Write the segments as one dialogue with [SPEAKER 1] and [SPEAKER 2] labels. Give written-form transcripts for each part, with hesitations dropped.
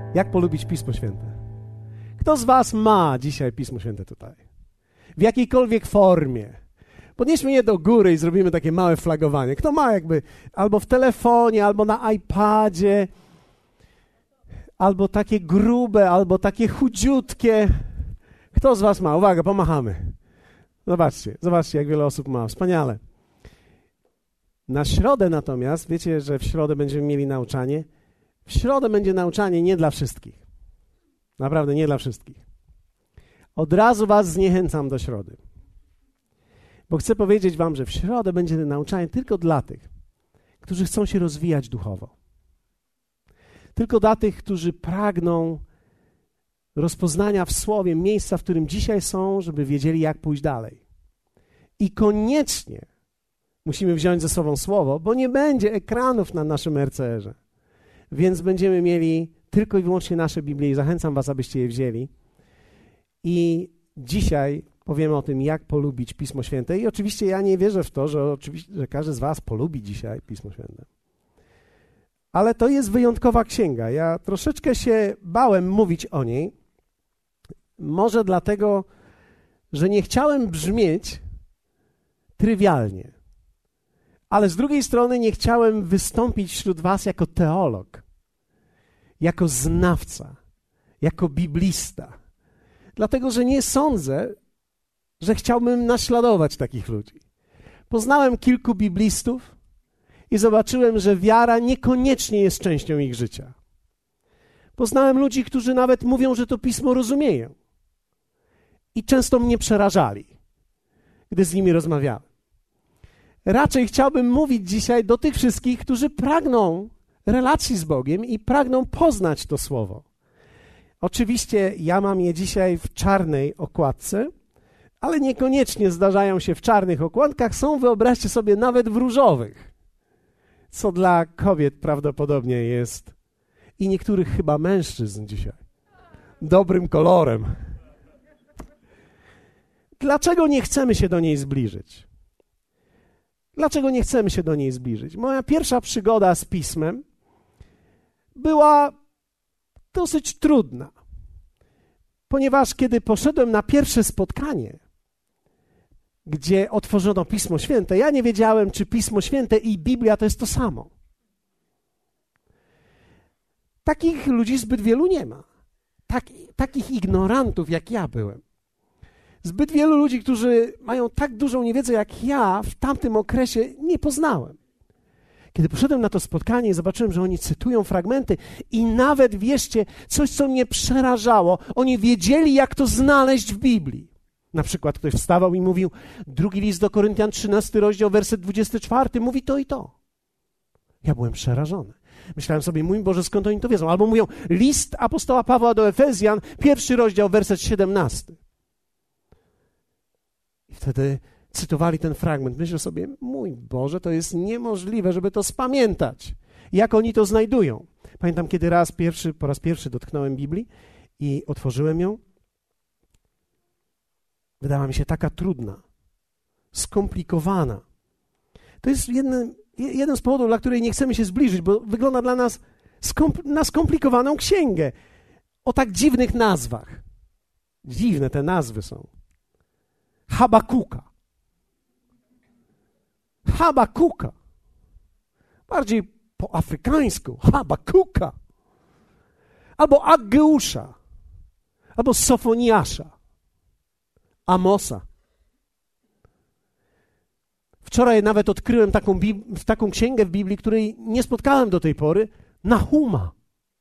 [SPEAKER 1] Jak polubić Pismo Święte? Kto z was ma dzisiaj Pismo Święte tutaj? W jakiejkolwiek formie. Podnieśmy je do góry i zrobimy takie małe flagowanie. Kto ma jakby albo w telefonie, albo na iPadzie, albo takie grube, albo takie chudziutkie. Kto z was ma? Uwaga, pomachamy. Zobaczcie, jak wiele osób ma. Wspaniale. Na środę natomiast, wiecie, że w środę będziemy mieli nauczanie. W środę będzie nauczanie nie dla wszystkich. Naprawdę nie dla wszystkich. Od razu was zniechęcam do środy. Bo chcę powiedzieć wam, że w środę będzie nauczanie tylko dla tych, którzy chcą się rozwijać duchowo. Tylko dla tych, którzy pragną rozpoznania w Słowie miejsca, w którym dzisiaj są, żeby wiedzieli, jak pójść dalej. I koniecznie musimy wziąć ze sobą Słowo, bo nie będzie ekranów na naszym RCR-ze. Więc będziemy mieli tylko i wyłącznie nasze Biblie i zachęcam was, abyście je wzięli. I dzisiaj powiemy o tym, jak polubić Pismo Święte. I oczywiście ja nie wierzę w to, że każdy z was polubi dzisiaj Pismo Święte. Ale to jest wyjątkowa księga. Ja troszeczkę się bałem mówić o niej. Może dlatego, że nie chciałem brzmieć trywialnie. Ale z drugiej strony nie chciałem wystąpić wśród was jako teolog, jako znawca, jako biblista. Dlatego, że nie sądzę, że chciałbym naśladować takich ludzi. Poznałem kilku biblistów i zobaczyłem, że wiara niekoniecznie jest częścią ich życia. Poznałem ludzi, którzy nawet mówią, że to pismo rozumieją. I często mnie przerażali, gdy z nimi rozmawiałem. Raczej chciałbym mówić dzisiaj do tych wszystkich, którzy pragną relacji z Bogiem i pragną poznać to Słowo. Oczywiście ja mam je dzisiaj w czarnej okładce, ale niekoniecznie zdarzają się w czarnych okładkach. Są, wyobraźcie sobie, nawet w różowych, co dla kobiet prawdopodobnie jest i niektórych chyba mężczyzn dzisiaj dobrym kolorem. Dlaczego nie chcemy się do niej zbliżyć? Dlaczego nie chcemy się do niej zbliżyć? Moja pierwsza przygoda z Pismem była dosyć trudna, ponieważ kiedy poszedłem na pierwsze spotkanie, gdzie otworzono Pismo Święte, ja nie wiedziałem, czy Pismo Święte i Biblia to jest to samo. Takich ludzi zbyt wielu nie ma. Takich ignorantów, jak ja byłem. Zbyt wielu ludzi, którzy mają tak dużą niewiedzę jak ja, w tamtym okresie nie poznałem. Kiedy poszedłem na to spotkanie i zobaczyłem, że oni cytują fragmenty i nawet, wierzcie, coś, co mnie przerażało, oni wiedzieli, jak to znaleźć w Biblii. Na przykład ktoś wstawał i mówił, 2 list do Koryntian, 13 rozdział, werset 24, mówi to i to. Ja byłem przerażony. Myślałem sobie, mój Boże, skąd oni to wiedzą? Albo mówią, list apostoła Pawła do Efezjan, 1 rozdział, werset 17. I wtedy cytowali ten fragment. Myślę sobie, mój Boże, to jest niemożliwe, żeby to spamiętać. Jak oni to znajdują? Pamiętam, kiedy po raz pierwszy dotknąłem Biblii i otworzyłem ją. Wydała mi się taka trudna, skomplikowana. To jest jeden z powodów, dla której nie chcemy się zbliżyć, bo wygląda dla nas na skomplikowaną księgę o tak dziwnych nazwach. Dziwne te nazwy są. Habakuka. Bardziej po afrykańsku. Habakuka. Albo Aggeusza. Albo Sofoniasza. Amosa. Wczoraj nawet odkryłem taką księgę w Biblii, której nie spotkałem do tej pory. Nahuma.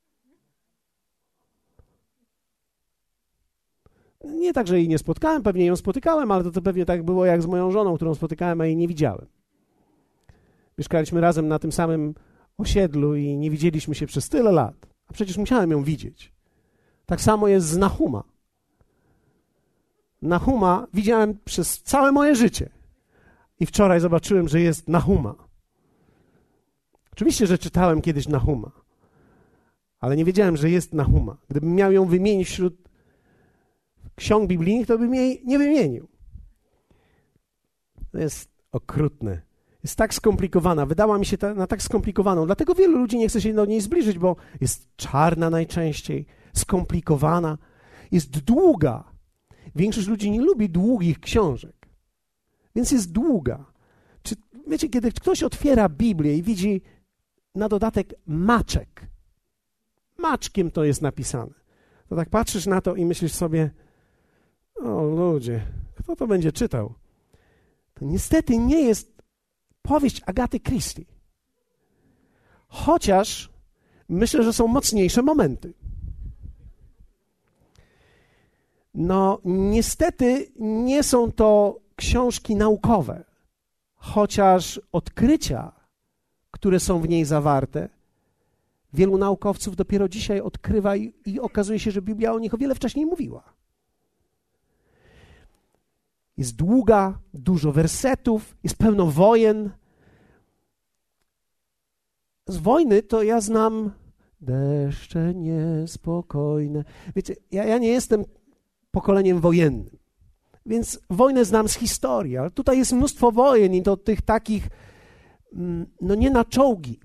[SPEAKER 1] Nie tak, że jej nie spotkałem, pewnie ją spotykałem, ale to pewnie tak było jak z moją żoną, którą spotykałem, a jej nie widziałem. Mieszkaliśmy razem na tym samym osiedlu i nie widzieliśmy się przez tyle lat, a przecież musiałem ją widzieć. Tak samo jest z Nahuma. Nahuma widziałem przez całe moje życie i wczoraj zobaczyłem, że jest Nahuma. Oczywiście, że czytałem kiedyś Nahuma, ale nie wiedziałem, że jest Nahuma. Gdybym miał ją wymienić wśród ksiąg biblijnych, to bym jej nie wymienił. To jest okrutne. Jest tak skomplikowana, wydała mi się na tak skomplikowaną. Dlatego wielu ludzi nie chce się do niej zbliżyć, bo jest czarna najczęściej, skomplikowana, jest długa. Większość ludzi nie lubi długich książek, więc jest długa. Czy wiecie, kiedy ktoś otwiera Biblię i widzi na dodatek maczek, maczkiem to jest napisane, to tak patrzysz na to i myślisz sobie, o ludzie, kto to będzie czytał? To niestety nie jest powieść Agaty Christie. Chociaż myślę, że są mocniejsze momenty. No, niestety nie są to książki naukowe, chociaż odkrycia, które są w niej zawarte, wielu naukowców dopiero dzisiaj odkrywa i okazuje się, że Biblia o nich o wiele wcześniej mówiła. Jest długa, dużo wersetów, jest pełno wojen. Z wojny to ja znam deszcze niespokojne. Wiecie, ja nie jestem pokoleniem wojennym, więc wojnę znam z historii, ale tutaj jest mnóstwo wojen i to tych takich, no nie na czołgi.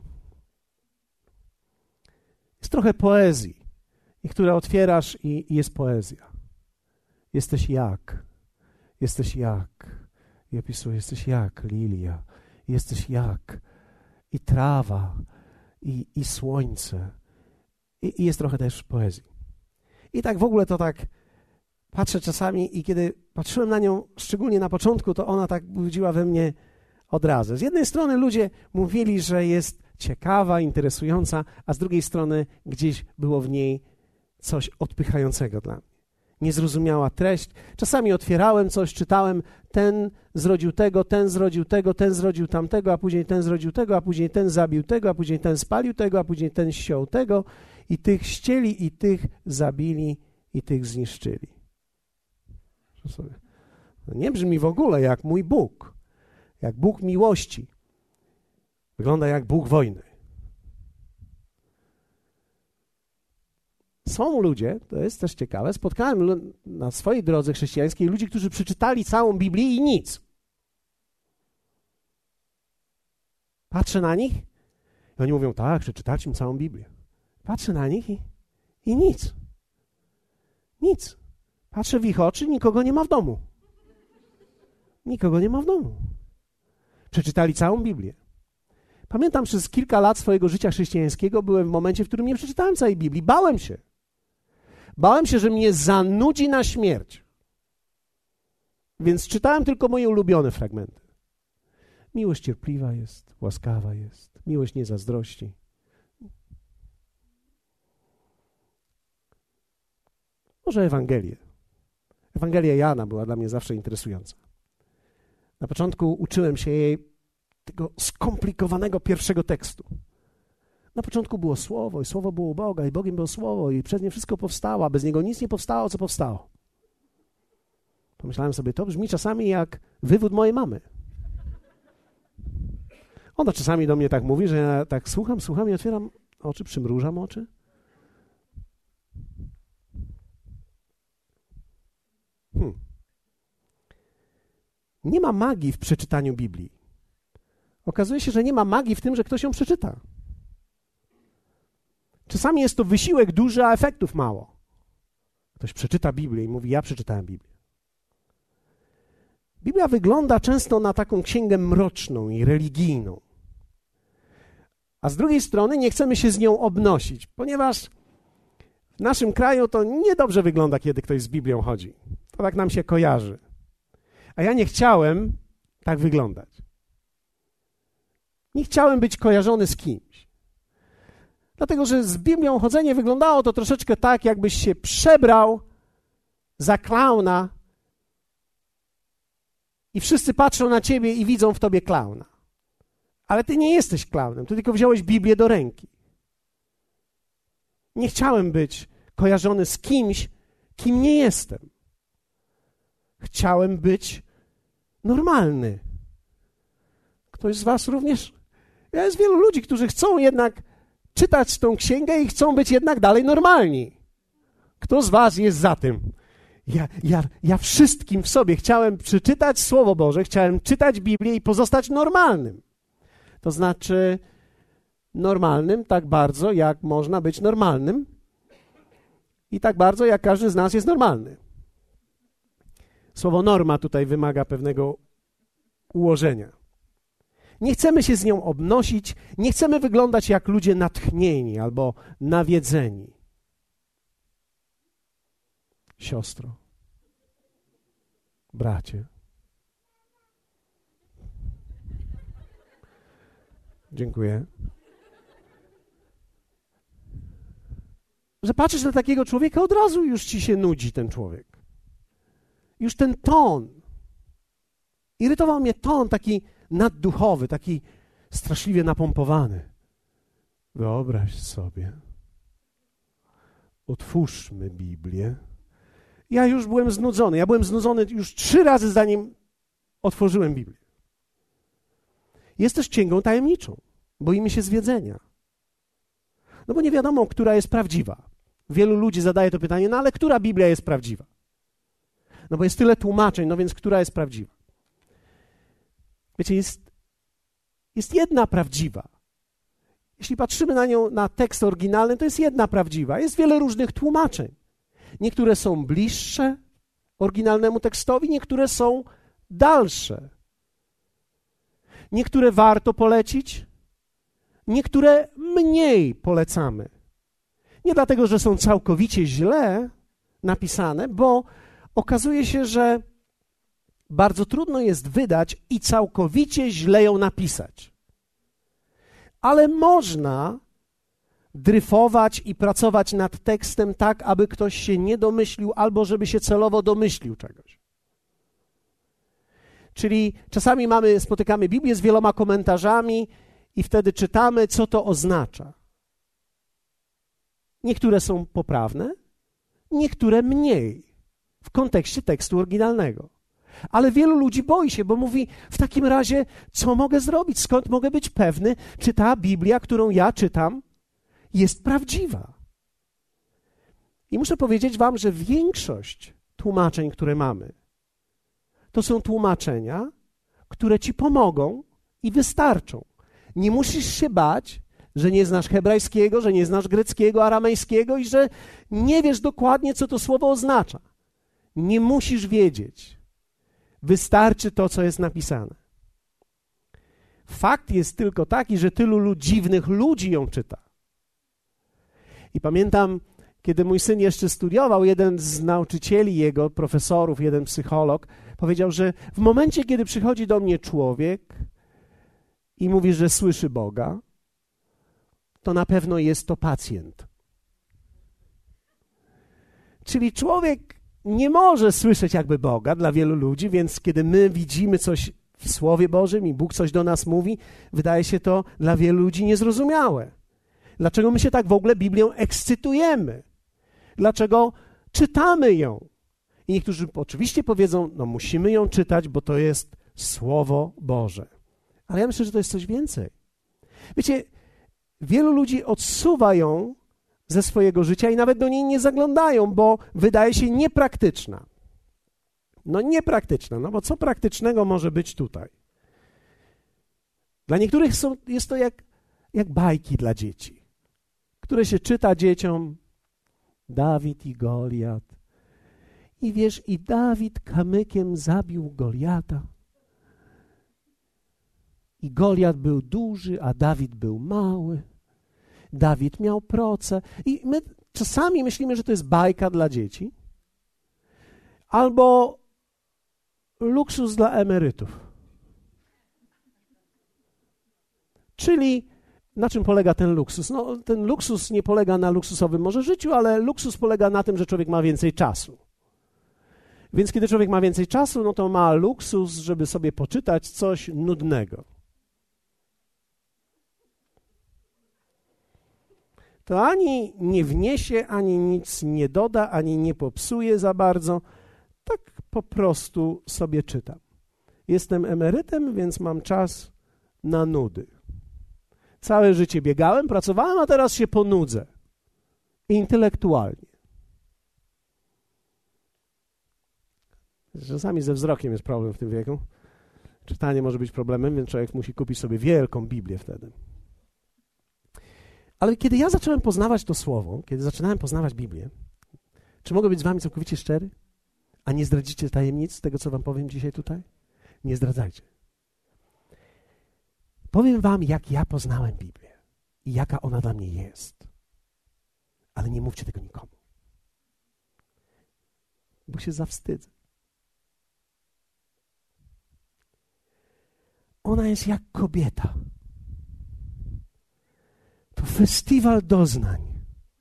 [SPEAKER 1] Jest trochę poezji, które otwierasz i jest poezja. Jesteś jak. I opisuję, jesteś jak lilia, jesteś jak i trawa, i słońce. I jest trochę też poezji. I tak w ogóle to tak patrzę czasami i kiedy patrzyłem na nią, szczególnie na początku, to ona tak budziła we mnie odrazę. Z jednej strony ludzie mówili, że jest ciekawa, interesująca, a z drugiej strony gdzieś było w niej coś odpychającego dla mnie. Niezrozumiała treść. Czasami otwierałem coś, czytałem, ten zrodził tego, ten zrodził tego, ten zrodził tamtego, a później ten zrodził tego, a później ten zabił tego, a później ten spalił tego, a później ten ściął tego i tych ścieli, i tych zabili, i tych zniszczyli. No nie brzmi w ogóle jak mój Bóg, jak Bóg miłości. Wygląda jak Bóg wojny. Są ludzie, to jest też ciekawe, spotkałem na swojej drodze chrześcijańskiej ludzi, którzy przeczytali całą Biblię i nic. Patrzę na nich i oni mówią, tak, przeczytaliśmy całą Biblię. Patrzę na nich i nic. Nic. Patrzę w ich oczy, nikogo nie ma w domu. Nikogo nie ma w domu. Przeczytali całą Biblię. Pamiętam, przez kilka lat swojego życia chrześcijańskiego byłem w momencie, w którym nie przeczytałem całej Biblii. Bałem się. Bałem się, że mnie zanudzi na śmierć. Więc czytałem tylko moje ulubione fragmenty. Miłość cierpliwa jest, łaskawa jest, miłość nie zazdrości. Może Ewangelię. Ewangelia Jana była dla mnie zawsze interesująca. Na początku uczyłem się jej tego skomplikowanego pierwszego tekstu. Na początku było Słowo i Słowo było u Boga i Bogiem było Słowo i przez nie wszystko powstało, a bez niego nic nie powstało, co powstało. Pomyślałem sobie, to brzmi czasami jak wywód mojej mamy. Ona czasami do mnie tak mówi, że ja tak słucham i otwieram oczy, przymrużam oczy. Nie ma magii w przeczytaniu Biblii. Okazuje się, że nie ma magii w tym, że ktoś ją przeczyta. Czasami jest to wysiłek duży, a efektów mało. Ktoś przeczyta Biblię i mówi, ja przeczytałem Biblię. Biblia wygląda często na taką księgę mroczną i religijną. A z drugiej strony nie chcemy się z nią obnosić, ponieważ w naszym kraju to niedobrze wygląda, kiedy ktoś z Biblią chodzi. To tak nam się kojarzy. A ja nie chciałem tak wyglądać. Nie chciałem być kojarzony z kimś. Dlatego, że z Biblią chodzenie wyglądało to troszeczkę tak, jakbyś się przebrał za klauna i wszyscy patrzą na ciebie i widzą w tobie klauna. Ale ty nie jesteś klaunem, ty tylko wziąłeś Biblię do ręki. Nie chciałem być kojarzony z kimś, kim nie jestem. Chciałem być normalny. Ktoś z was również? Jest wielu ludzi, którzy chcą jednak czytać tą księgę i chcą być jednak dalej normalni. Kto z was jest za tym? Ja wszystkim w sobie chciałem przeczytać Słowo Boże, chciałem czytać Biblię i pozostać normalnym. To znaczy normalnym tak bardzo, jak można być normalnym i tak bardzo, jak każdy z nas jest normalny. Słowo norma tutaj wymaga pewnego ułożenia. Nie chcemy się z nią obnosić, nie chcemy wyglądać jak ludzie natchnieni albo nawiedzeni. Siostro, bracie, dziękuję. Że patrzysz na takiego człowieka, od razu już ci się nudzi ten człowiek. Już ten ton. Irytował mnie ton taki nadduchowy, taki straszliwie napompowany. Wyobraź sobie. Otwórzmy Biblię. Ja już byłem znudzony. Ja byłem znudzony już 3 razy, zanim otworzyłem Biblię. Jest też księgą tajemniczą. Boimy się zwiedzenia. No bo nie wiadomo, która jest prawdziwa. Wielu ludzi zadaje to pytanie, no ale która Biblia jest prawdziwa? No bo jest tyle tłumaczeń, no więc która jest prawdziwa? Wiecie, jest jedna prawdziwa. Jeśli patrzymy na nią, na tekst oryginalny, to jest jedna prawdziwa. Jest wiele różnych tłumaczeń. Niektóre są bliższe oryginalnemu tekstowi, niektóre są dalsze. Niektóre warto polecić, niektóre mniej polecamy. Nie dlatego, że są całkowicie źle napisane, bo okazuje się, że bardzo trudno jest wydać i całkowicie źle ją napisać. Ale można dryfować i pracować nad tekstem tak, aby ktoś się nie domyślił albo żeby się celowo domyślił czegoś. Czyli czasami spotykamy Biblię z wieloma komentarzami i wtedy czytamy, co to oznacza. Niektóre są poprawne, niektóre mniej w kontekście tekstu oryginalnego. Ale wielu ludzi boi się, bo mówi, w takim razie, co mogę zrobić? Skąd mogę być pewny, czy ta Biblia, którą ja czytam, jest prawdziwa? I muszę powiedzieć wam, że większość tłumaczeń, które mamy, to są tłumaczenia, które ci pomogą i wystarczą. Nie musisz się bać, że nie znasz hebrajskiego, że nie znasz greckiego, aramejskiego i że nie wiesz dokładnie, co to słowo oznacza. Nie musisz wiedzieć. Wystarczy to, co jest napisane. Fakt jest tylko taki, że tylu dziwnych ludzi ją czyta. I pamiętam, kiedy mój syn jeszcze studiował, jeden z nauczycieli jego, profesorów, jeden psycholog, powiedział, że w momencie, kiedy przychodzi do mnie człowiek i mówi, że słyszy Boga, to na pewno jest to pacjent. Czyli człowiek nie może słyszeć jakby Boga dla wielu ludzi, więc kiedy my widzimy coś w Słowie Bożym i Bóg coś do nas mówi, wydaje się to dla wielu ludzi niezrozumiałe. Dlaczego my się tak w ogóle Biblią ekscytujemy? Dlaczego czytamy ją? I niektórzy oczywiście powiedzą, no musimy ją czytać, bo to jest Słowo Boże. Ale ja myślę, że to jest coś więcej. Wiecie, wielu ludzi odsuwa ją ze swojego życia i nawet do niej nie zaglądają, bo wydaje się niepraktyczna. No niepraktyczna, no bo co praktycznego może być tutaj? Dla niektórych jest to jak bajki dla dzieci, które się czyta dzieciom. Dawid i Goliat. I wiesz, i Dawid kamykiem zabił Goliata. I Goliat był duży, a Dawid był mały. Dawid miał proce. I my czasami myślimy, że to jest bajka dla dzieci. Albo luksus dla emerytów. Czyli na czym polega ten luksus? No, ten luksus nie polega na luksusowym może życiu, ale luksus polega na tym, że człowiek ma więcej czasu. Więc kiedy człowiek ma więcej czasu, no to ma luksus, żeby sobie poczytać coś nudnego. To ani nie wniesie, ani nic nie doda, ani nie popsuje za bardzo. Tak po prostu sobie czytam. Jestem emerytem, więc mam czas na nudy. Całe życie biegałem, pracowałem, a teraz się ponudzę. Intelektualnie. Czasami ze wzrokiem jest problem w tym wieku. Czytanie może być problemem, więc człowiek musi kupić sobie wielką Biblię wtedy. Ale kiedy ja zacząłem poznawać to Słowo, kiedy zaczynałem poznawać Biblię, czy mogę być z wami całkowicie szczery? A nie zdradzicie tajemnic tego, co wam powiem dzisiaj tutaj? Nie zdradzajcie. Powiem wam, jak ja poznałem Biblię i jaka ona dla mnie jest. Ale nie mówcie tego nikomu. Bo się zawstydzę. Ona jest jak kobieta. To festiwal doznań.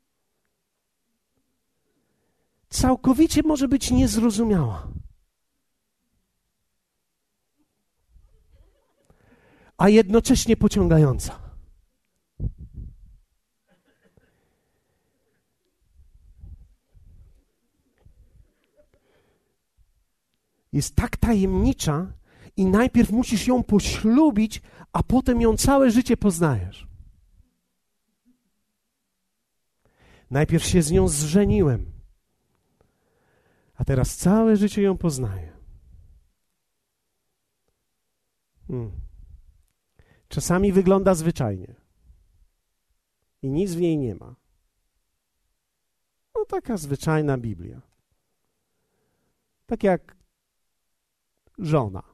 [SPEAKER 1] Całkowicie może być niezrozumiała. A jednocześnie pociągająca. Jest tak tajemnicza i najpierw musisz ją poślubić, a potem ją całe życie poznajesz. Najpierw się z nią zżeniłem, a teraz całe życie ją poznaję. Czasami wygląda zwyczajnie i nic w niej nie ma. No taka zwyczajna Biblia. Tak jak żona.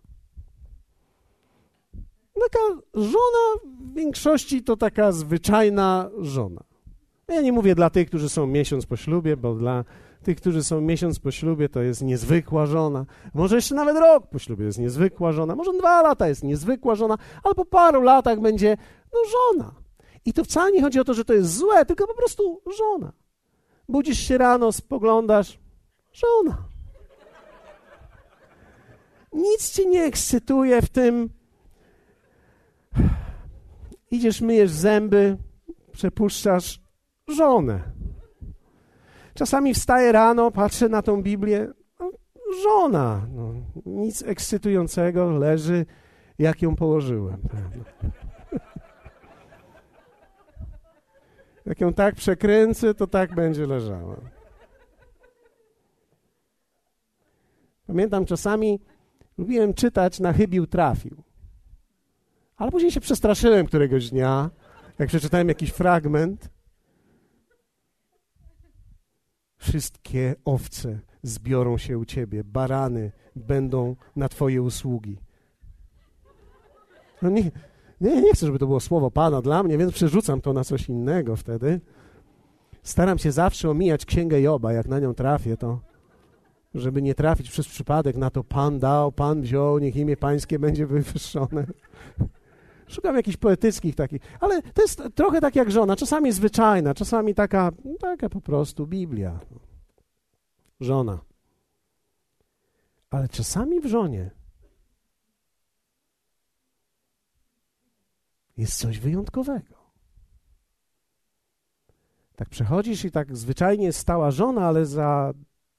[SPEAKER 1] Taka żona w większości to taka zwyczajna żona. Ja nie mówię dla tych, którzy są miesiąc po ślubie, bo dla tych, którzy są miesiąc po ślubie, to jest niezwykła żona. Może jeszcze nawet rok po ślubie jest niezwykła żona. Może 2 lata jest niezwykła żona, ale po paru latach będzie żona. I to wcale nie chodzi o to, że to jest złe, tylko po prostu żona. Budzisz się rano, spoglądasz, żona. Nic cię nie ekscytuje w tym. Idziesz, myjesz zęby, przepuszczasz żonę. Czasami wstaję rano, patrzę na tą Biblię, żona. Nic ekscytującego, leży, jak ją położyłem. Jak ją tak przekręcę, to tak będzie leżała. Pamiętam, czasami lubiłem czytać Na chybił trafił. Ale później się przestraszyłem któregoś dnia, jak przeczytałem jakiś fragment. Wszystkie owce zbiorą się u ciebie, barany będą na twoje usługi. No nie chcę, żeby to było słowo Pana dla mnie, więc przerzucam to na coś innego wtedy. Staram się zawsze omijać Księgę Joba, jak na nią trafię, to żeby nie trafić przez przypadek na to Pan dał, Pan wziął, niech imię Pańskie będzie wywyższone. Szukam jakichś poetyckich takich, ale to jest trochę tak jak żona, czasami zwyczajna, czasami taka po prostu Biblia. Żona. Ale czasami w żonie jest coś wyjątkowego. Tak przechodzisz i tak zwyczajnie jest stała żona, ale za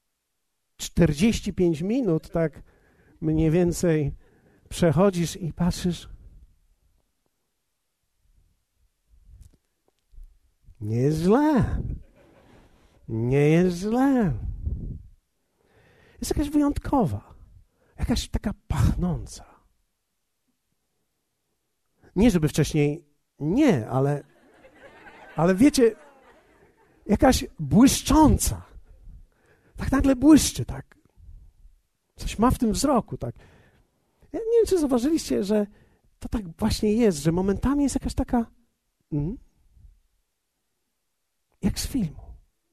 [SPEAKER 1] 45 minut tak mniej więcej przechodzisz i patrzysz. Nie jest źle. Nie jest źle. Jest jakaś wyjątkowa. Jakaś taka pachnąca. Nie, żeby wcześniej nie, ale wiecie, jakaś błyszcząca. Tak nagle błyszczy, tak. Coś ma w tym wzroku, tak. Ja nie wiem, czy zauważyliście, że to tak właśnie jest, że momentami jest jakaś taka jak z filmu.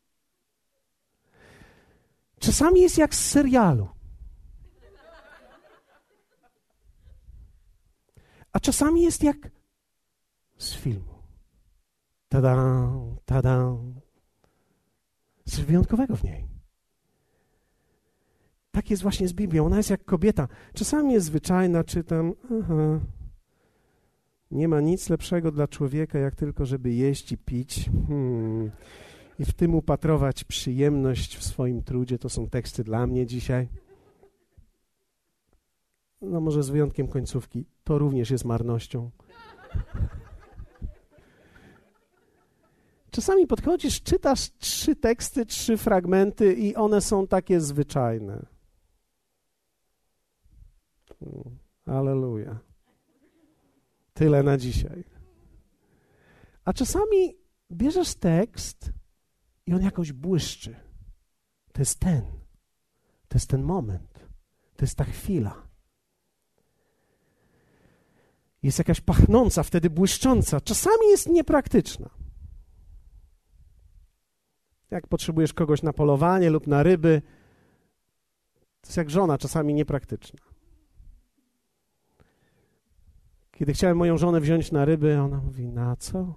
[SPEAKER 1] Czasami jest jak z serialu. A czasami jest jak z filmu. Tada, tada. Coś wyjątkowego w niej. Tak jest właśnie z Biblią. Ona jest jak kobieta. Czasami jest zwyczajna, czytam. Nie ma nic lepszego dla człowieka, jak tylko, żeby jeść i pić. I w tym upatrować przyjemność w swoim trudzie. To są teksty dla mnie dzisiaj. No może z wyjątkiem końcówki. To również jest marnością. Czasami podchodzisz, czytasz 3 teksty, 3 fragmenty i one są takie zwyczajne. Alleluja. Tyle na dzisiaj. A czasami bierzesz tekst i on jakoś błyszczy. To jest ten moment, to jest ta chwila. Jest jakaś pachnąca, wtedy błyszcząca. Czasami jest niepraktyczna. Jak potrzebujesz kogoś na polowanie lub na ryby, to jest jak żona, czasami niepraktyczna. Kiedy chciałem moją żonę wziąć na ryby, ona mówi, na co?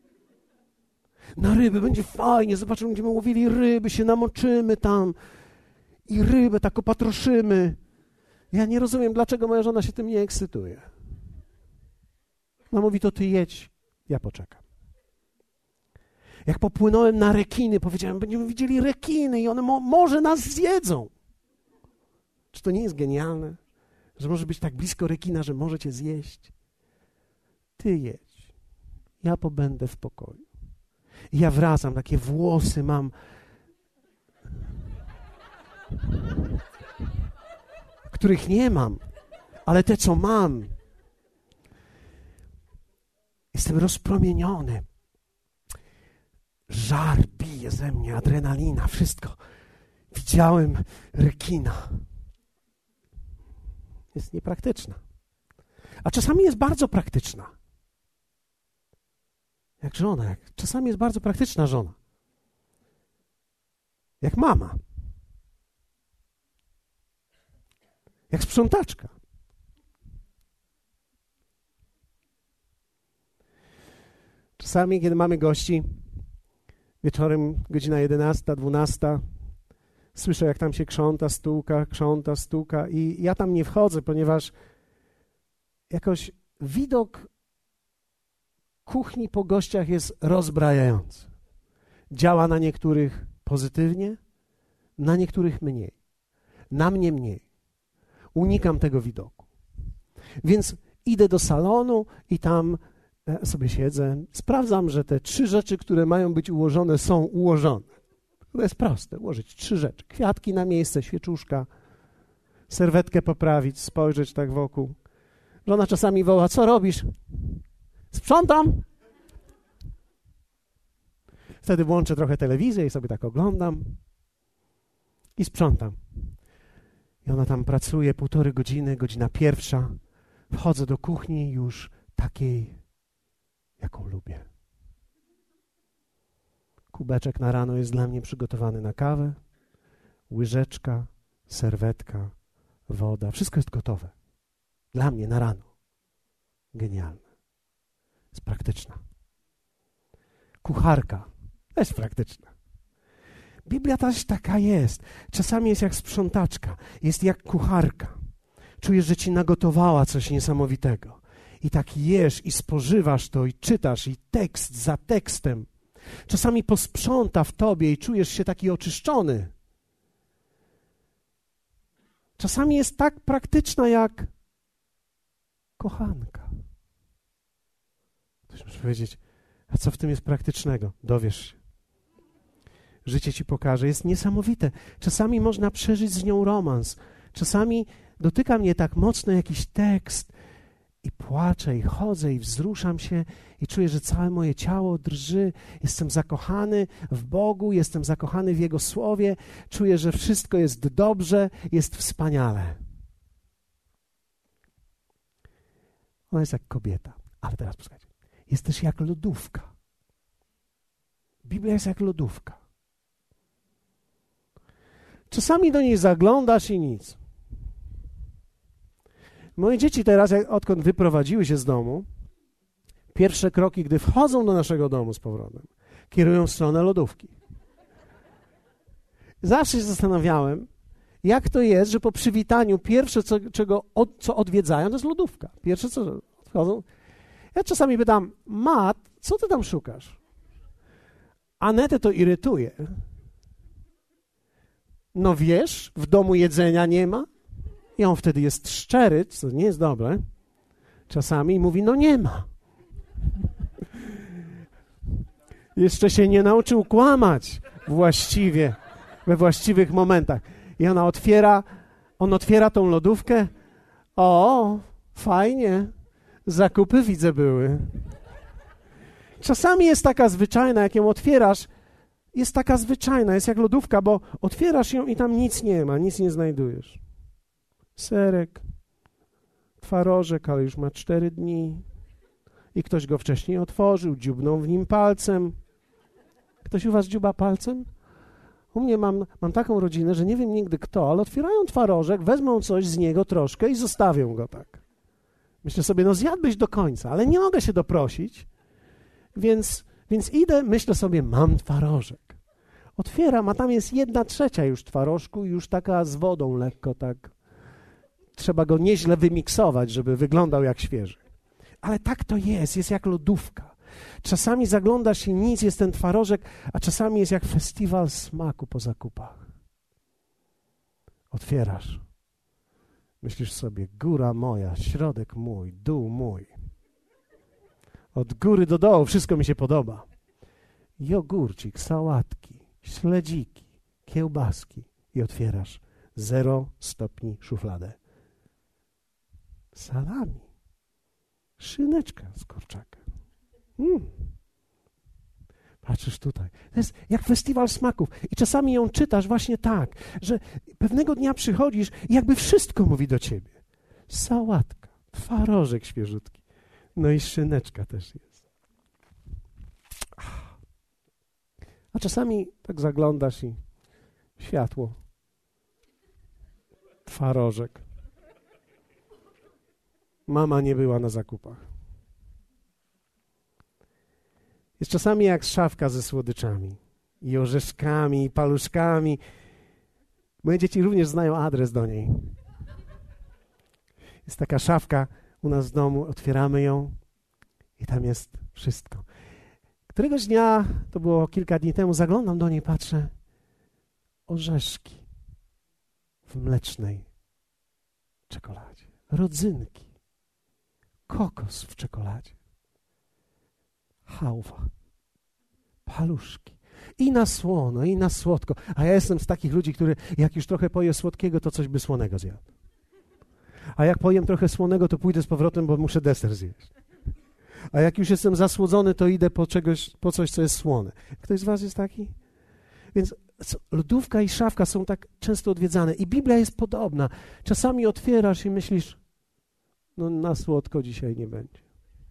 [SPEAKER 1] Na ryby, będzie fajnie, zobaczymy, będziemy łowili ryby, się namoczymy tam i rybę tak opatroszymy. Ja nie rozumiem, dlaczego moja żona się tym nie ekscytuje. Ona mówi, to ty jedź, ja poczekam. Jak popłynąłem na rekiny, powiedziałem, będziemy widzieli rekiny i one może nas zjedzą. Czy to nie jest genialne, że może być tak blisko rekina, że może cię zjeść? Ty jedź, ja pobędę w pokoju. I ja wracam, takie włosy mam, których nie mam, ale te, co mam. Jestem rozpromieniony. Żar bije ze mnie, adrenalina, wszystko. Widziałem rekina. Jest niepraktyczna. A czasami jest bardzo praktyczna. Jak żona. Czasami jest bardzo praktyczna żona. Jak mama. Jak sprzątaczka. Czasami, kiedy mamy gości, wieczorem godzina 11, 12, słyszę, jak tam się krząta, stuka i ja tam nie wchodzę, ponieważ jakoś widok kuchni po gościach jest rozbrajający. Działa na niektórych pozytywnie, na niektórych mniej. Na mnie mniej. Unikam tego widoku. Więc idę do salonu i tam sobie siedzę. Sprawdzam, że te 3 rzeczy, które mają być ułożone, są ułożone. To jest proste, ułożyć 3 rzeczy. Kwiatki na miejsce, świeczuszka, serwetkę poprawić, spojrzeć tak wokół. Żona czasami woła, co robisz? Sprzątam. Wtedy włączę trochę telewizję i sobie tak oglądam i sprzątam. I ona tam pracuje 1,5 godziny, godzina 1. Wchodzę do kuchni już takiej, jaką lubię. Kubeczek na rano jest dla mnie przygotowany na kawę, łyżeczka, serwetka, woda. Wszystko jest gotowe. Dla mnie na rano. Genialne. Jest praktyczna. Kucharka jest praktyczna. Biblia też taka jest. Czasami jest jak sprzątaczka, jest jak kucharka. Czujesz, że ci nagotowała coś niesamowitego. I tak jesz i spożywasz to i czytasz i tekst za tekstem. Czasami posprząta w tobie i czujesz się taki oczyszczony. Czasami jest tak praktyczna jak kochanka. Ktoś może powiedzieć, a co w tym jest praktycznego? Dowiesz się. Życie ci pokaże. Jest niesamowite. Czasami można przeżyć z nią romans. Czasami dotyka mnie tak mocno jakiś tekst i płaczę, i chodzę, i wzruszam się i czuję, że całe moje ciało drży. Jestem zakochany w Bogu, jestem zakochany w Jego Słowie. Czuję, że wszystko jest dobrze, jest wspaniale. Ona jest jak kobieta. Ale teraz posłuchajcie. Jest też jak lodówka. Biblia jest jak lodówka. Czasami do niej zaglądasz i nic. Moje dzieci teraz, odkąd wyprowadziły się z domu, pierwsze kroki, gdy wchodzą do naszego domu z powrotem, kierują w stronę lodówki. Zawsze się zastanawiałem, jak to jest, że po przywitaniu pierwsze, co odwiedzają, to jest lodówka. Pierwsze, co odchodzą. Ja czasami pytam, Mat, co ty tam szukasz? Anetę to irytuje. No wiesz, w domu jedzenia nie ma. I on wtedy jest szczery, co nie jest dobre, czasami i mówi, no nie ma. Jeszcze się nie nauczył kłamać właściwie, we właściwych momentach. I on otwiera tą lodówkę. O, Fajnie. Zakupy widzę były. Czasami jest taka zwyczajna, jak ją otwierasz, jest taka zwyczajna, jest jak lodówka, bo otwierasz ją i tam nic nie ma, nic nie znajdujesz. Serek, twarożek, ale już ma 4 dni i ktoś go wcześniej otworzył, dziubnął w nim palcem. Ktoś u was dziuba palcem? U mnie mam taką rodzinę, że nie wiem nigdy kto, ale otwierają twarożek, wezmą coś z niego troszkę i zostawią go tak. Myślę sobie, no zjadłbyś do końca, ale nie mogę się doprosić, więc idę, myślę sobie, mam twarożek. Otwieram, a tam jest 1/3 już twarożku, już taka z wodą lekko tak. Trzeba go nieźle wymiksować, żeby wyglądał jak świeży. Ale tak to jest jak lodówka. Czasami zaglądasz i nic, jest ten twarożek, a czasami jest jak festiwal smaku po zakupach. Otwierasz. Myślisz sobie, góra moja, środek mój, dół mój. Od góry do dołu wszystko mi się podoba. Jogurcik, sałatki, śledziki, kiełbaski i otwierasz 0 stopni szufladę. Salami, szyneczka z kurczaka. Patrzysz tutaj. To jest jak festiwal smaków. I czasami ją czytasz właśnie tak, że pewnego dnia przychodzisz i jakby wszystko mówi do ciebie. Sałatka, twarożek świeżutki, no i szyneczka też jest. A czasami tak zaglądasz i światło, twarożek. Mama nie była na zakupach. Jest czasami jak szafka ze słodyczami i orzeszkami, i paluszkami. Moje dzieci również znają adres do niej. Jest taka szafka u nas w domu, otwieramy ją i tam jest wszystko. Któregoś dnia, to było kilka dni temu, zaglądam do niej, patrzę, orzeszki w mlecznej czekoladzie, rodzynki, kokos w czekoladzie, chałwa, paluszki. I na słono, i na słodko. A ja jestem z takich ludzi, który jak już trochę poje słodkiego, to coś by słonego zjadł. A jak pojem trochę słonego, to pójdę z powrotem, bo muszę deser zjeść. A jak już jestem zasłodzony, to idę po coś, co jest słone. Ktoś z was jest taki? Więc lodówka i szafka są tak często odwiedzane. I Biblia jest podobna. Czasami otwierasz i myślisz, no na słodko dzisiaj nie będzie.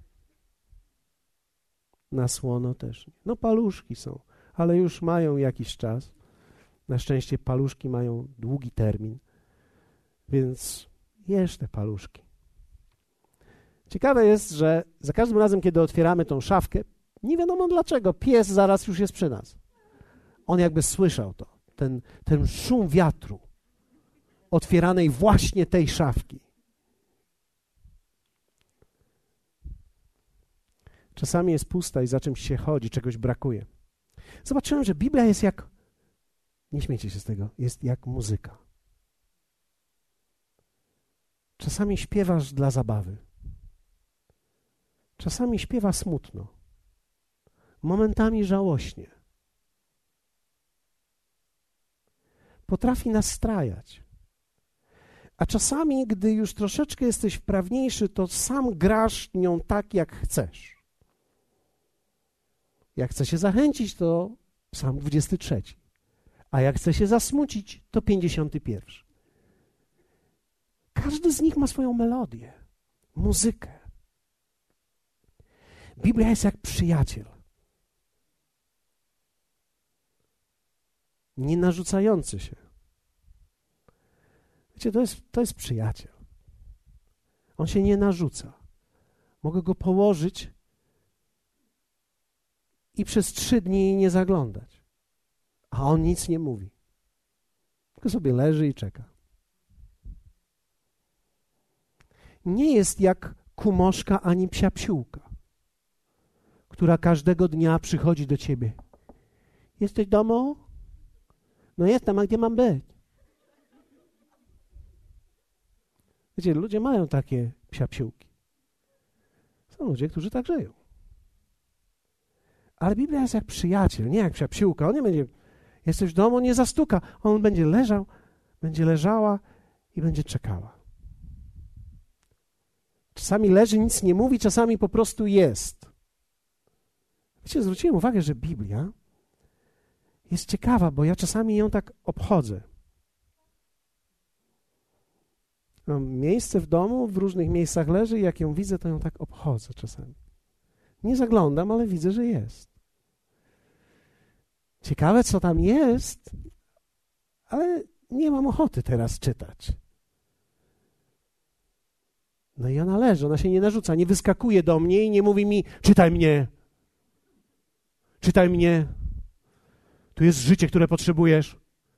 [SPEAKER 1] Na słono też nie. No paluszki są, ale już mają jakiś czas. Na szczęście paluszki mają długi termin, więc jesz te paluszki. Ciekawe jest, że za każdym razem, kiedy otwieramy tą szafkę, nie wiadomo dlaczego, pies zaraz już jest przy nas. On jakby słyszał to, ten szum wiatru otwieranej właśnie tej szafki. Czasami jest pusta i za czymś się chodzi, czegoś brakuje. Zobaczyłem, że Biblia jest jak, nie śmiejcie się z tego, jest jak muzyka. Czasami śpiewasz dla zabawy. Czasami śpiewa smutno. Momentami żałośnie. Potrafi nastrajać. A czasami, gdy już troszeczkę jesteś wprawniejszy, to sam grasz nią tak, jak chcesz. Jak chce się zachęcić, to Psalm 23. A jak chce się zasmucić, to 51. Każdy z nich ma swoją melodię, muzykę. Biblia jest jak przyjaciel. Nie narzucający się. Wiecie, to jest przyjaciel. On się nie narzuca. Mogę go położyć i przez 3 dni nie zaglądać. A on nic nie mówi. Tylko sobie leży i czeka. Nie jest jak kumoszka ani psia psiółka, która każdego dnia przychodzi do ciebie. Jesteś w domu? No jestem, a gdzie mam być? Wiecie, ludzie mają takie psia psiółki. Są ludzie, którzy tak żyją. Ale Biblia jest jak przyjaciel, nie jak psia psiółka. On nie będzie, jesteś w domu, nie zastuka. On będzie leżał, będzie leżała i będzie czekała. Czasami leży, nic nie mówi, czasami po prostu jest. Wiecie, zwróciłem uwagę, że Biblia jest ciekawa, bo ja czasami ją tak obchodzę. Mam miejsce w domu, w różnych miejscach leży i jak ją widzę, to ją tak obchodzę czasami. Nie zaglądam, ale widzę, że jest. Ciekawe, co tam jest, ale nie mam ochoty teraz czytać. No i ona leży, ona się nie narzuca, nie wyskakuje do mnie i nie mówi mi: czytaj mnie, czytaj mnie, tu jest życie, które potrzebujesz.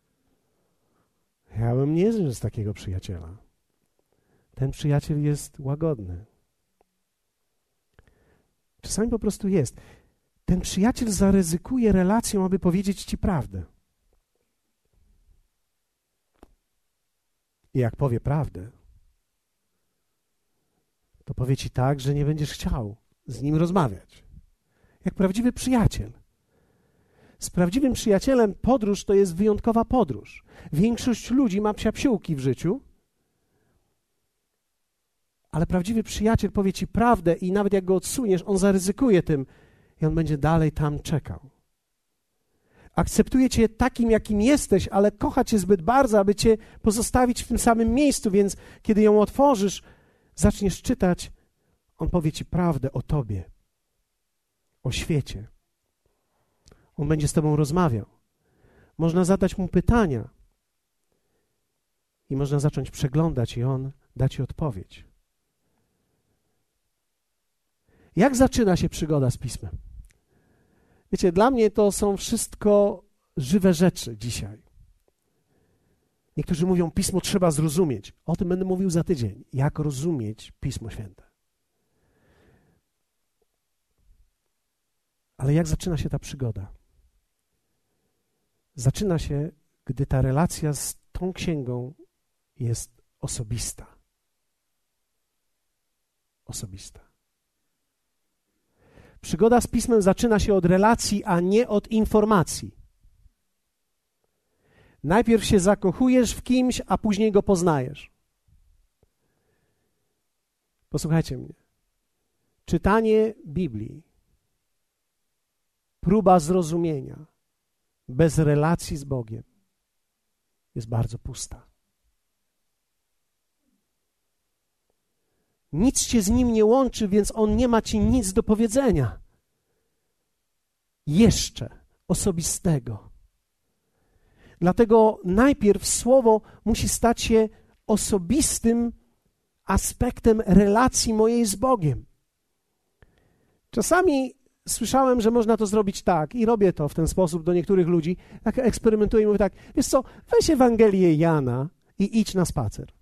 [SPEAKER 1] Ja bym nie żył z takiego przyjaciela. Ten przyjaciel jest łagodny. Czasami po prostu jest. Ten przyjaciel zaryzykuje relacją, aby powiedzieć ci prawdę. I jak powie prawdę, to powie ci tak, że nie będziesz chciał z nim rozmawiać. Jak prawdziwy przyjaciel. Z prawdziwym przyjacielem podróż to jest wyjątkowa podróż. Większość ludzi ma psiapsiółki w życiu, ale prawdziwy przyjaciel powie ci prawdę i nawet jak go odsuniesz, on zaryzykuje tym i on będzie dalej tam czekał. Akceptuje cię takim, jakim jesteś, ale kocha cię zbyt bardzo, aby cię pozostawić w tym samym miejscu, więc kiedy ją otworzysz, zaczniesz czytać, on powie ci prawdę o tobie, o świecie. On będzie z tobą rozmawiał. Można zadać mu pytania i można zacząć przeglądać i on da ci odpowiedź. Jak zaczyna się przygoda z Pismem? Wiecie, dla mnie to są wszystko żywe rzeczy dzisiaj. Niektórzy mówią, Pismo trzeba zrozumieć. O tym będę mówił za tydzień. Jak rozumieć Pismo Święte? Ale jak zaczyna się ta przygoda? Zaczyna się, gdy ta relacja z tą księgą jest osobista. Osobista. Przygoda z Pismem zaczyna się od relacji, a nie od informacji. Najpierw się zakochujesz w kimś, a później go poznajesz. Posłuchajcie mnie. Czytanie Biblii, próba zrozumienia bez relacji z Bogiem jest bardzo pusta. Nic cię z Nim nie łączy, więc On nie ma ci nic do powiedzenia. Jeszcze osobistego. Dlatego najpierw Słowo musi stać się osobistym aspektem relacji mojej z Bogiem. Czasami słyszałem, że można to zrobić tak i robię to w ten sposób do niektórych ludzi. Tak eksperymentuję i mówię tak, wiesz co, weź Ewangelię Jana i idź na spacer.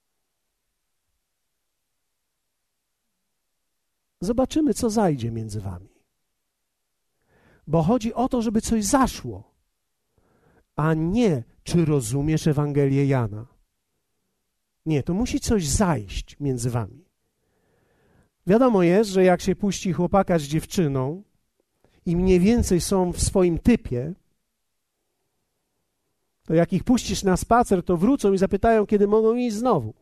[SPEAKER 1] Zobaczymy, co zajdzie między wami. Bo chodzi o to, żeby coś zaszło, a nie, czy rozumiesz Ewangelię Jana. Nie, to musi coś zajść między wami. Wiadomo jest, że jak się puści chłopaka z dziewczyną i mniej więcej są w swoim typie, to jak ich puścisz na spacer, to wrócą i zapytają, kiedy mogą iść znowu.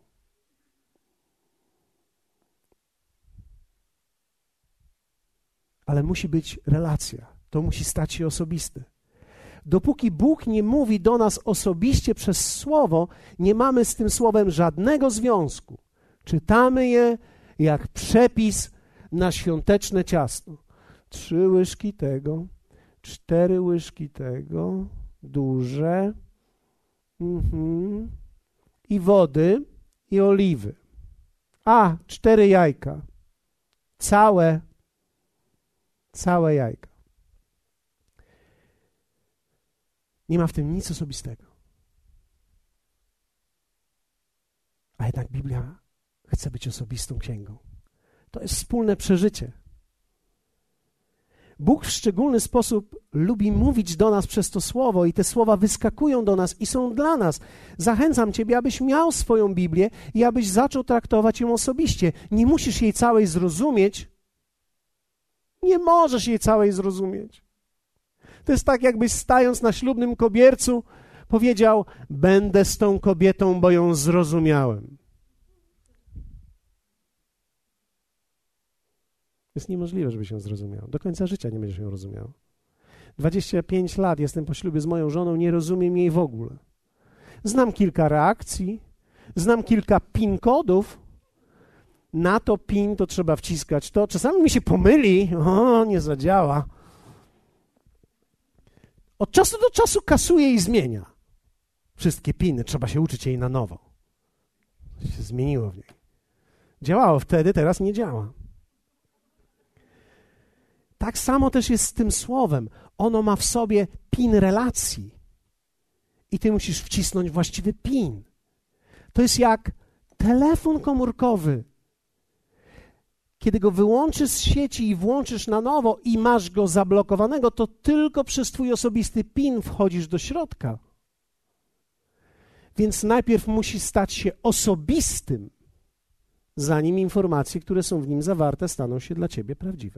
[SPEAKER 1] Ale musi być relacja. To musi stać się osobiste. Dopóki Bóg nie mówi do nas osobiście przez Słowo, nie mamy z tym Słowem żadnego związku. Czytamy je jak przepis na świąteczne ciasto. 3 łyżki tego, 4 łyżki tego, duże, i wody, i oliwy. 4 jajka. Całe jajka. Nie ma w tym nic osobistego. A jednak Biblia chce być osobistą księgą. To jest wspólne przeżycie. Bóg w szczególny sposób lubi mówić do nas przez to słowo i te słowa wyskakują do nas i są dla nas. Zachęcam Ciebie, abyś miał swoją Biblię i abyś zaczął traktować ją osobiście. Nie musisz jej całej zrozumieć. Nie możesz jej całej zrozumieć. To jest tak, jakbyś stając na ślubnym kobiercu powiedział, będę z tą kobietą, bo ją zrozumiałem. Jest niemożliwe, żebyś ją zrozumiał. Do końca życia nie będziesz ją rozumiał. 25 lat jestem po ślubie z moją żoną, nie rozumiem jej w ogóle. Znam kilka reakcji, znam kilka PIN kodów. Na to PIN to trzeba wciskać to. Czasami mi się pomyli, nie zadziała. Od czasu do czasu kasuje i zmienia. Wszystkie piny, trzeba się uczyć jej na nowo. To się zmieniło w niej. Działało wtedy, teraz nie działa. Tak samo też jest z tym słowem. Ono ma w sobie pin relacji. I ty musisz wcisnąć właściwy pin. To jest jak telefon komórkowy. Kiedy go wyłączysz z sieci i włączysz na nowo i masz go zablokowanego, to tylko przez twój osobisty PIN wchodzisz do środka. Więc najpierw musi stać się osobistym, zanim informacje, które są w nim zawarte, staną się dla ciebie prawdziwe.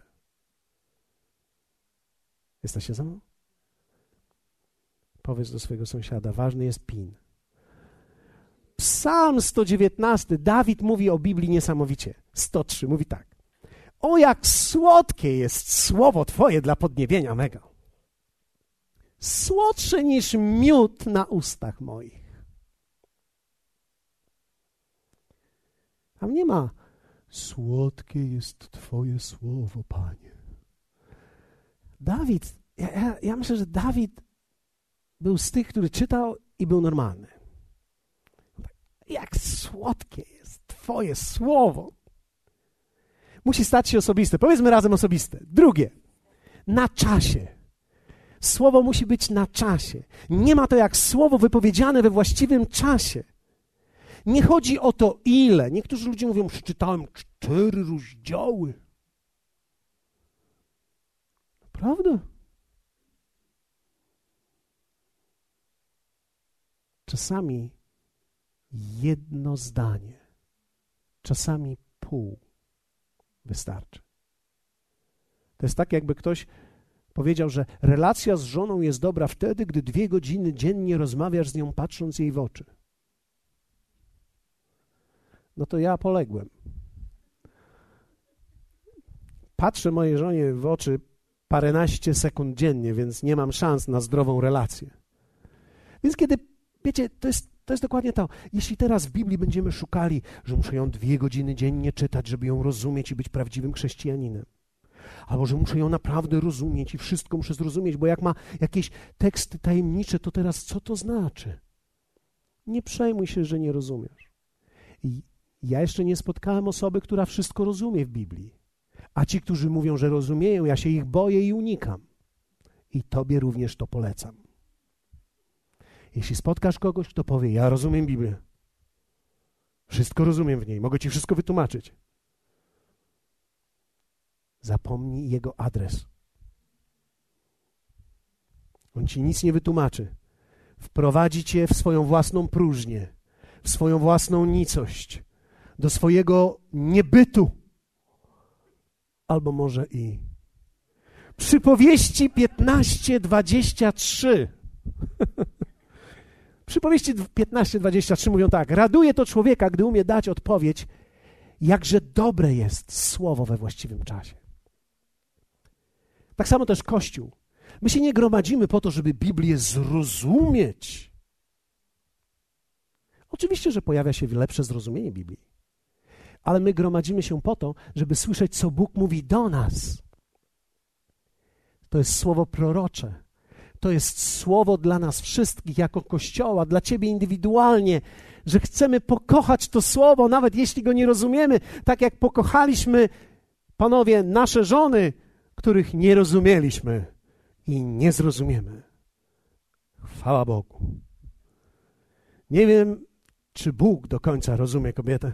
[SPEAKER 1] Jesteście ze mną? Powiedz do swojego sąsiada, ważny jest PIN. Psalm 119, Dawid mówi o Biblii niesamowicie. 103 mówi tak. O, jak słodkie jest słowo Twoje dla podniebienia mego. Słodsze niż miód na ustach moich. Tam nie ma słodkie jest Twoje słowo, Panie. Dawid, ja myślę, że Dawid był z tych, który czytał i był normalny. Jak słodkie jest Twoje słowo. Musi stać się osobiste. Powiedzmy razem osobiste. Drugie. Na czasie. Słowo musi być na czasie. Nie ma to jak słowo wypowiedziane we właściwym czasie. Nie chodzi o to ile. Niektórzy ludzie mówią, przeczytałem 4 rozdziały. Prawda? Czasami jedno zdanie, czasami pół wystarczy. To jest tak, jakby ktoś powiedział, że relacja z żoną jest dobra wtedy, gdy 2 godziny dziennie rozmawiasz z nią, patrząc jej w oczy. No to ja poległem. Patrzę mojej żonie w oczy paręnaście sekund dziennie, więc nie mam szans na zdrową relację. Więc kiedy, wiecie, to jest dokładnie to. Jeśli teraz w Biblii będziemy szukali, że muszę ją 2 godziny dziennie czytać, żeby ją rozumieć i być prawdziwym chrześcijaninem, albo że muszę ją naprawdę rozumieć i wszystko muszę zrozumieć, bo jak ma jakieś teksty tajemnicze, to teraz co to znaczy? Nie przejmuj się, że nie rozumiesz. I ja jeszcze nie spotkałem osoby, która wszystko rozumie w Biblii. A ci, którzy mówią, że rozumieją, ja się ich boję i unikam. I tobie również to polecam. Jeśli spotkasz kogoś, kto powie, ja rozumiem Biblię, wszystko rozumiem w niej, mogę ci wszystko wytłumaczyć, zapomnij jego adres. On ci nic nie wytłumaczy. Wprowadzi cię w swoją własną próżnię, w swoją własną nicość, do swojego niebytu. Albo może i Przypowieści 15:23. Przypowieści 15:23 mówią tak. Raduje to człowieka, gdy umie dać odpowiedź, jakże dobre jest słowo we właściwym czasie. Tak samo też Kościół. My się nie gromadzimy po to, żeby Biblię zrozumieć. Oczywiście, że pojawia się lepsze zrozumienie Biblii. Ale my gromadzimy się po to, żeby słyszeć, co Bóg mówi do nas. To jest słowo prorocze. To jest słowo dla nas wszystkich jako Kościoła, dla ciebie indywidualnie, że chcemy pokochać to słowo, nawet jeśli go nie rozumiemy, tak jak pokochaliśmy, panowie, nasze żony, których nie rozumieliśmy i nie zrozumiemy. Chwała Bogu. Nie wiem, czy Bóg do końca rozumie kobietę,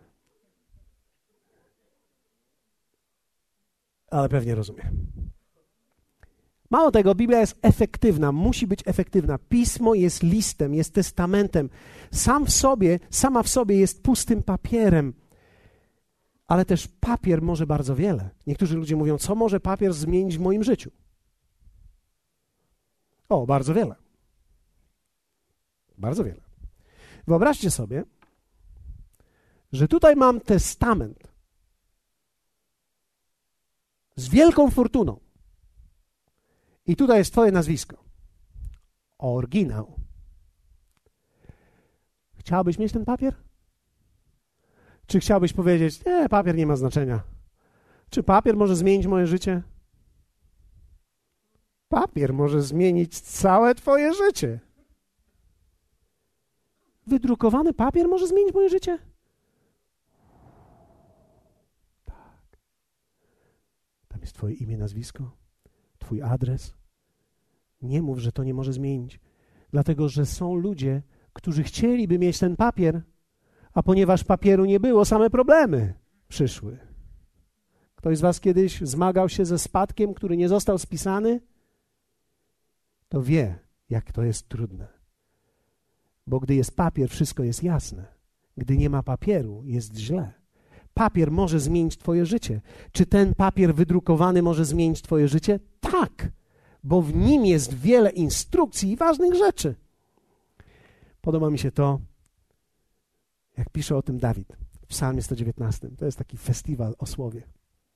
[SPEAKER 1] ale pewnie rozumie. Mało tego, Biblia jest efektywna, musi być efektywna. Pismo jest listem, jest testamentem. Sama w sobie jest pustym papierem, ale też papier może bardzo wiele. Niektórzy ludzie mówią, co może papier zmienić w moim życiu? O, bardzo wiele. Bardzo wiele. Wyobraźcie sobie, że tutaj mam testament. z wielką fortuną. I tutaj jest twoje nazwisko. Oryginał. Chciałbyś mieć ten papier? Czy chciałbyś powiedzieć, nie, papier nie ma znaczenia? Czy papier może zmienić moje życie? Papier może zmienić całe twoje życie. Wydrukowany papier może zmienić moje życie? Tak. Tam jest twoje imię, nazwisko, twój adres. Nie mów, że to nie może zmienić. Dlatego, że są ludzie, którzy chcieliby mieć ten papier, a ponieważ papieru nie było, same problemy przyszły. Ktoś z was kiedyś zmagał się ze spadkiem, który nie został spisany? To wie, jak to jest trudne. Bo gdy jest papier, wszystko jest jasne. Gdy nie ma papieru, jest źle. Papier może zmienić twoje życie. Czy ten papier wydrukowany może zmienić twoje życie? Tak, bo w nim jest wiele instrukcji i ważnych rzeczy. Podoba mi się to, jak pisze o tym Dawid w Psalmie 119. To jest taki festiwal o słowie.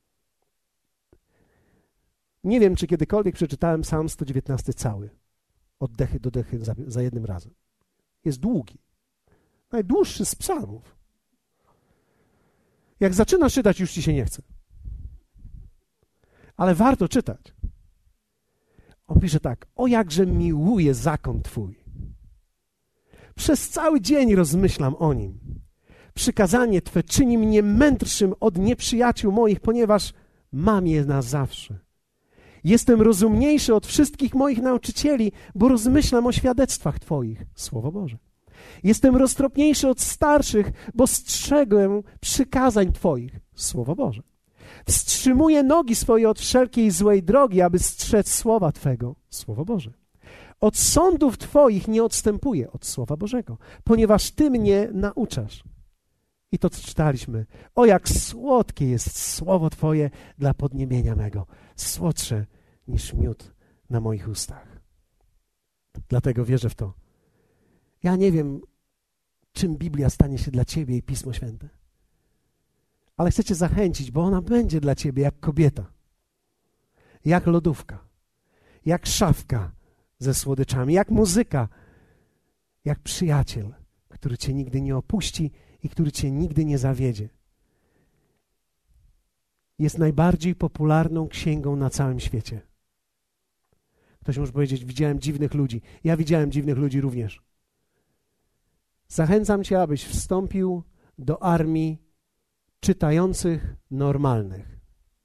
[SPEAKER 1] Nie wiem, czy kiedykolwiek przeczytałem Psalm 119 cały, od dechy do dechy za jednym razem. Jest długi. Najdłuższy z psalmów. Jak zaczynasz czytać, już ci się nie chce. Ale warto czytać. On pisze tak: o jakże miłuję zakon Twój. Przez cały dzień rozmyślam o nim. Przykazanie Twe czyni mnie mędrszym od nieprzyjaciół moich, ponieważ mam je na zawsze. Jestem rozumniejszy od wszystkich moich nauczycieli, bo rozmyślam o świadectwach Twoich. Słowo Boże. Jestem roztropniejszy od starszych, bo strzegłem przykazań Twoich. Słowo Boże. Wstrzymuję nogi swoje od wszelkiej złej drogi, aby strzec słowa Twego. Słowo Boże. Od sądów Twoich nie odstępuję, od Słowa Bożego, ponieważ Ty mnie nauczasz. I to, co czytaliśmy. O, jak słodkie jest słowo Twoje dla podniebienia mego. Słodsze niż miód na moich ustach. Dlatego wierzę w to. Ja nie wiem, czym Biblia stanie się dla Ciebie i Pismo Święte. Ale chcę Cię zachęcić, bo ona będzie dla Ciebie jak kobieta. Jak lodówka. Jak szafka ze słodyczami. Jak muzyka. Jak przyjaciel, który Cię nigdy nie opuści i który Cię nigdy nie zawiedzie. Jest najbardziej popularną księgą na całym świecie. Ktoś może powiedzieć, widziałem dziwnych ludzi. Ja widziałem dziwnych ludzi również. Zachęcam Cię, abyś wstąpił do armii czytających normalnych.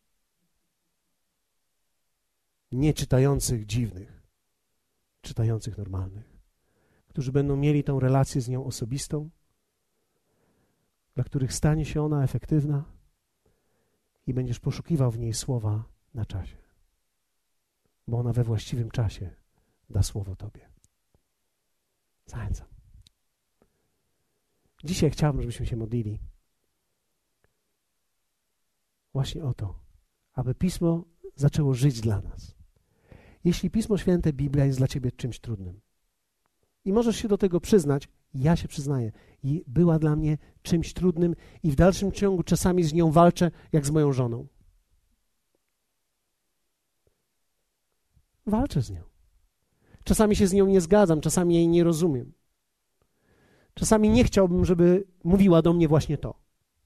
[SPEAKER 1] Nie czytających dziwnych, czytających normalnych. Którzy będą mieli tą relację z nią osobistą, dla których stanie się ona efektywna i będziesz poszukiwał w niej słowa na czasie. Bo ona we właściwym czasie da słowo Tobie. Zachęcam. Dzisiaj chciałbym, żebyśmy się modlili właśnie o to, aby Pismo zaczęło żyć dla nas. Jeśli Pismo Święte, Biblia jest dla Ciebie czymś trudnym i możesz się do tego przyznać, ja się przyznaję, i była dla mnie czymś trudnym i w dalszym ciągu czasami z nią walczę, jak z moją żoną. Walczę z nią. Czasami się z nią nie zgadzam, czasami jej nie rozumiem. Czasami nie chciałbym, żeby mówiła do mnie właśnie to.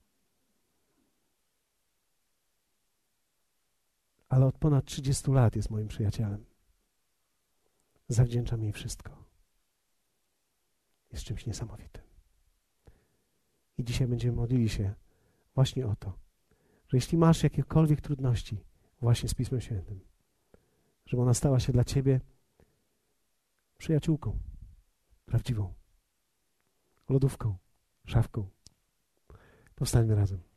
[SPEAKER 1] Ale od ponad 30 lat jest moim przyjacielem. Zawdzięczam jej wszystko. Jest czymś niesamowitym. I dzisiaj będziemy modlili się właśnie o to, że jeśli masz jakiekolwiek trudności właśnie z Pismem Świętym, żeby ona stała się dla Ciebie przyjaciółką, prawdziwą, lodówką, szafką. Powstańmy razem.